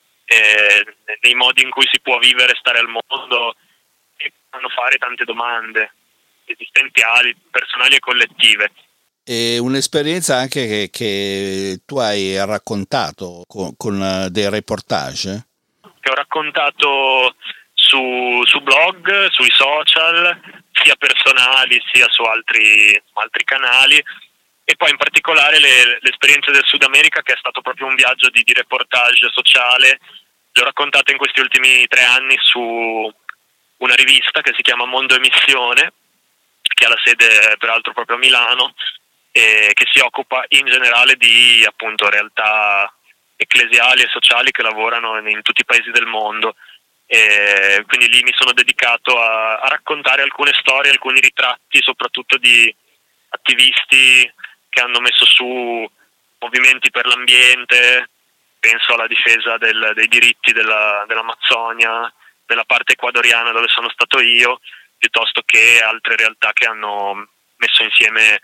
nei modi in cui si può vivere, stare al mondo, e fanno fare tante domande esistenziali, personali e collettive. E un'esperienza anche che tu hai raccontato con dei reportage? Che ho raccontato su blog, sui social, sia personali sia su altri canali, e poi in particolare l'esperienza del Sud America, che è stato proprio un viaggio di reportage sociale. L'ho raccontata in questi ultimi 3 anni su una rivista che si chiama Mondo e Missione, che ha la sede peraltro proprio a Milano, e che si occupa in generale di appunto realtà ecclesiali e sociali che lavorano in tutti i paesi del mondo. E quindi lì mi sono dedicato a raccontare alcune storie, alcuni ritratti, soprattutto di attivisti che hanno messo su movimenti per l'ambiente. Penso alla difesa dei diritti dell'Amazzonia, della parte ecuadoriana dove sono stato io, piuttosto che altre realtà che hanno messo insieme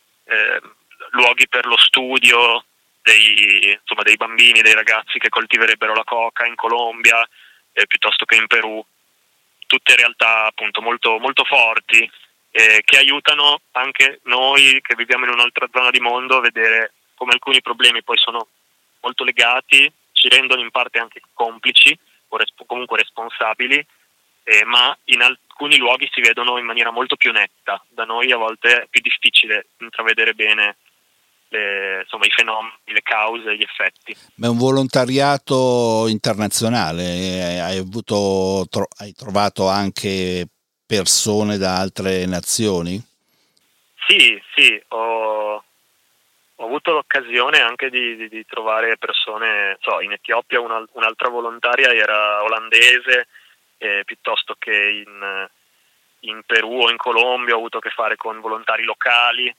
luoghi per lo studio dei bambini, dei ragazzi che coltiverebbero la coca in Colombia, piuttosto che in Perù. Tutte realtà appunto molto, molto forti, che aiutano anche noi che viviamo in un'altra zona di mondo a vedere come alcuni problemi poi sono molto legati, ci rendono in parte anche complici o comunque responsabili, ma in alcuni luoghi si vedono in maniera molto più netta. Da noi a volte è più difficile intravedere bene i fenomeni, le cause, gli effetti. Ma è un volontariato internazionale, hai trovato anche persone da altre nazioni? Sì, ho avuto l'occasione anche di trovare persone, in Etiopia un'altra volontaria era olandese, piuttosto che in Perù o in Colombia ho avuto a che fare con volontari locali.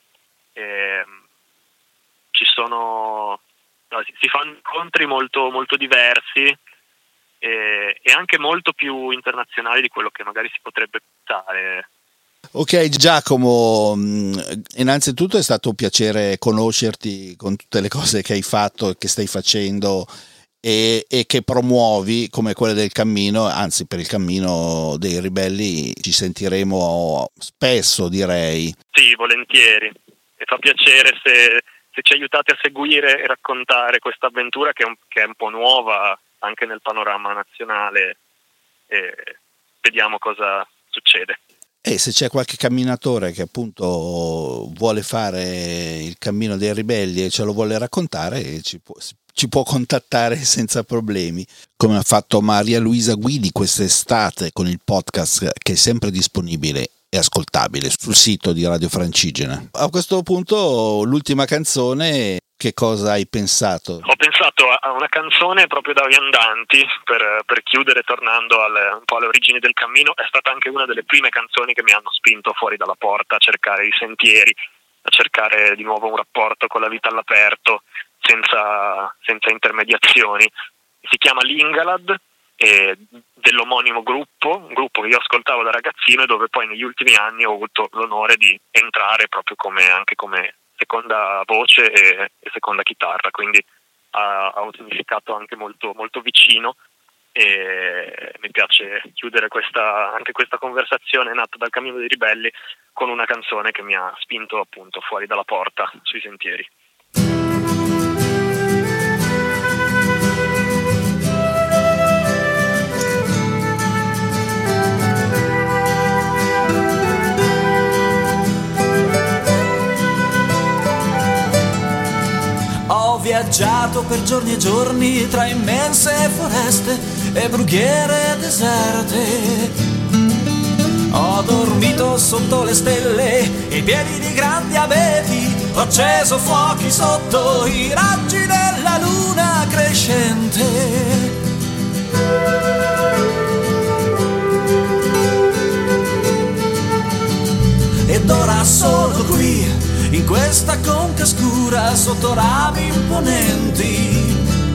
Si fanno incontri molto, molto diversi e anche molto più internazionali di quello che magari si potrebbe pensare. Ok Giacomo, innanzitutto è stato un piacere conoscerti con tutte le cose che hai fatto e che stai facendo e che promuovi, come quelle del cammino. Anzi, per il Cammino dei Ribelli ci sentiremo spesso, direi. Sì, volentieri, e fa piacere se ci aiutate a seguire e raccontare questa avventura che è un po' nuova anche nel panorama nazionale, e vediamo cosa succede. E se c'è qualche camminatore che appunto vuole fare il Cammino dei Ribelli e ce lo vuole raccontare, ci può contattare senza problemi, come ha fatto Maria Luisa Guidi quest'estate con il podcast che è sempre disponibile e ascoltabile sul sito di Radio Francigena. A questo punto l'ultima canzone, che cosa hai pensato? Ho pensato a una canzone proprio da viandanti per chiudere, tornando un po' alle origini del cammino. È stata anche una delle prime canzoni che mi hanno spinto fuori dalla porta a cercare i sentieri, a cercare di nuovo un rapporto con la vita all'aperto, senza intermediazioni. Si chiama Lingalad, dell'omonimo gruppo, un gruppo che io ascoltavo da ragazzino e dove poi negli ultimi anni ho avuto l'onore di entrare proprio come seconda voce e seconda chitarra, quindi ha un significato anche molto, molto vicino, e mi piace chiudere anche questa conversazione nata dal Cammino dei Ribelli con una canzone che mi ha spinto appunto fuori dalla porta sui sentieri. Ho viaggiato per giorni e giorni tra immense foreste e brughiere deserte. Ho dormito sotto le stelle, ai piedi di grandi abeti. Ho acceso fuochi sotto i raggi della luna crescente. Ed ora sono qui, in questa conca scura, sotto rami imponenti,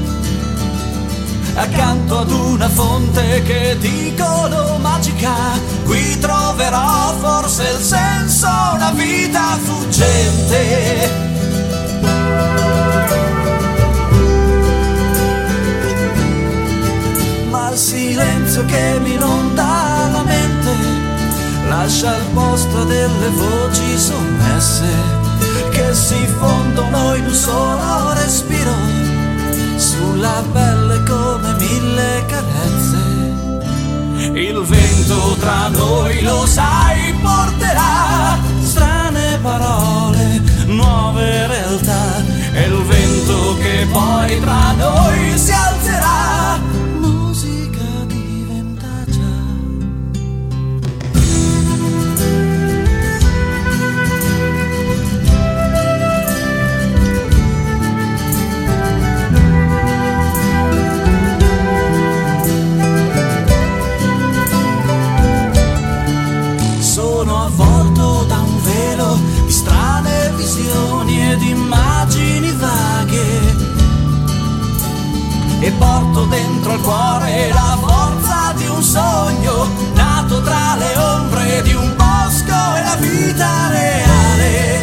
accanto ad una fonte che dicono magica. Qui troverò forse il senso, una vita fuggente. Ma il silenzio che mi inonda la mente lascia il posto delle voci sommesse che si fondono in un solo respiro sulla pelle come 1000 carezze. Il vento tra noi, lo sai, porterà strane parole, nuove realtà. È il vento che poi tra noi si alzerà. Musica diventa già. Sono avvolto da un velo di strane visioni ed immagini vaghe e porto dentro al cuore la forza di un sogno nato tra le ombre di un bosco e la vita reale.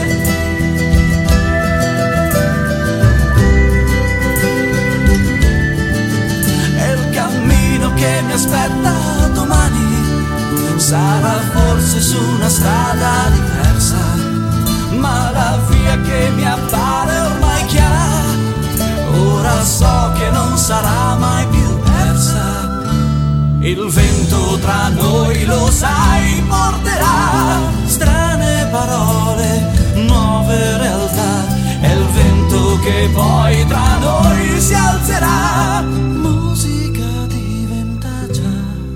E il cammino che mi aspetta domani sarà forse su una strada diversa, ma la via che mi appare ormai chiara, ora so che non sarà mai più persa. Il vento tra noi, lo sai, porterà strane parole, nuove realtà. È il vento che poi tra noi si alzerà. Musica diventa già.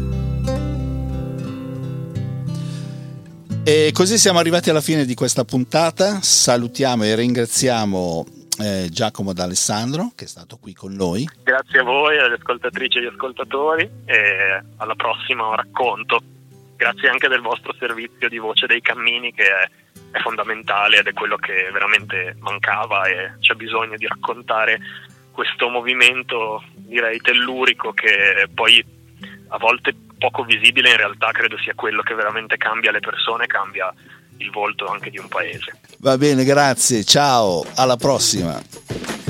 E così siamo arrivati alla fine di questa puntata. Salutiamo e ringraziamo Giacomo D'Alessandro che è stato qui con noi. Grazie a voi, alle ascoltatrici e agli ascoltatori, e alla prossima racconto. Grazie anche del vostro servizio di voce dei cammini, che è fondamentale ed è quello che veramente mancava, e c'è bisogno di raccontare questo movimento, direi tellurico, che poi a volte poco visibile, in realtà credo sia quello che veramente cambia le persone, cambia il volto anche di un paese. Va bene, grazie, ciao, alla prossima.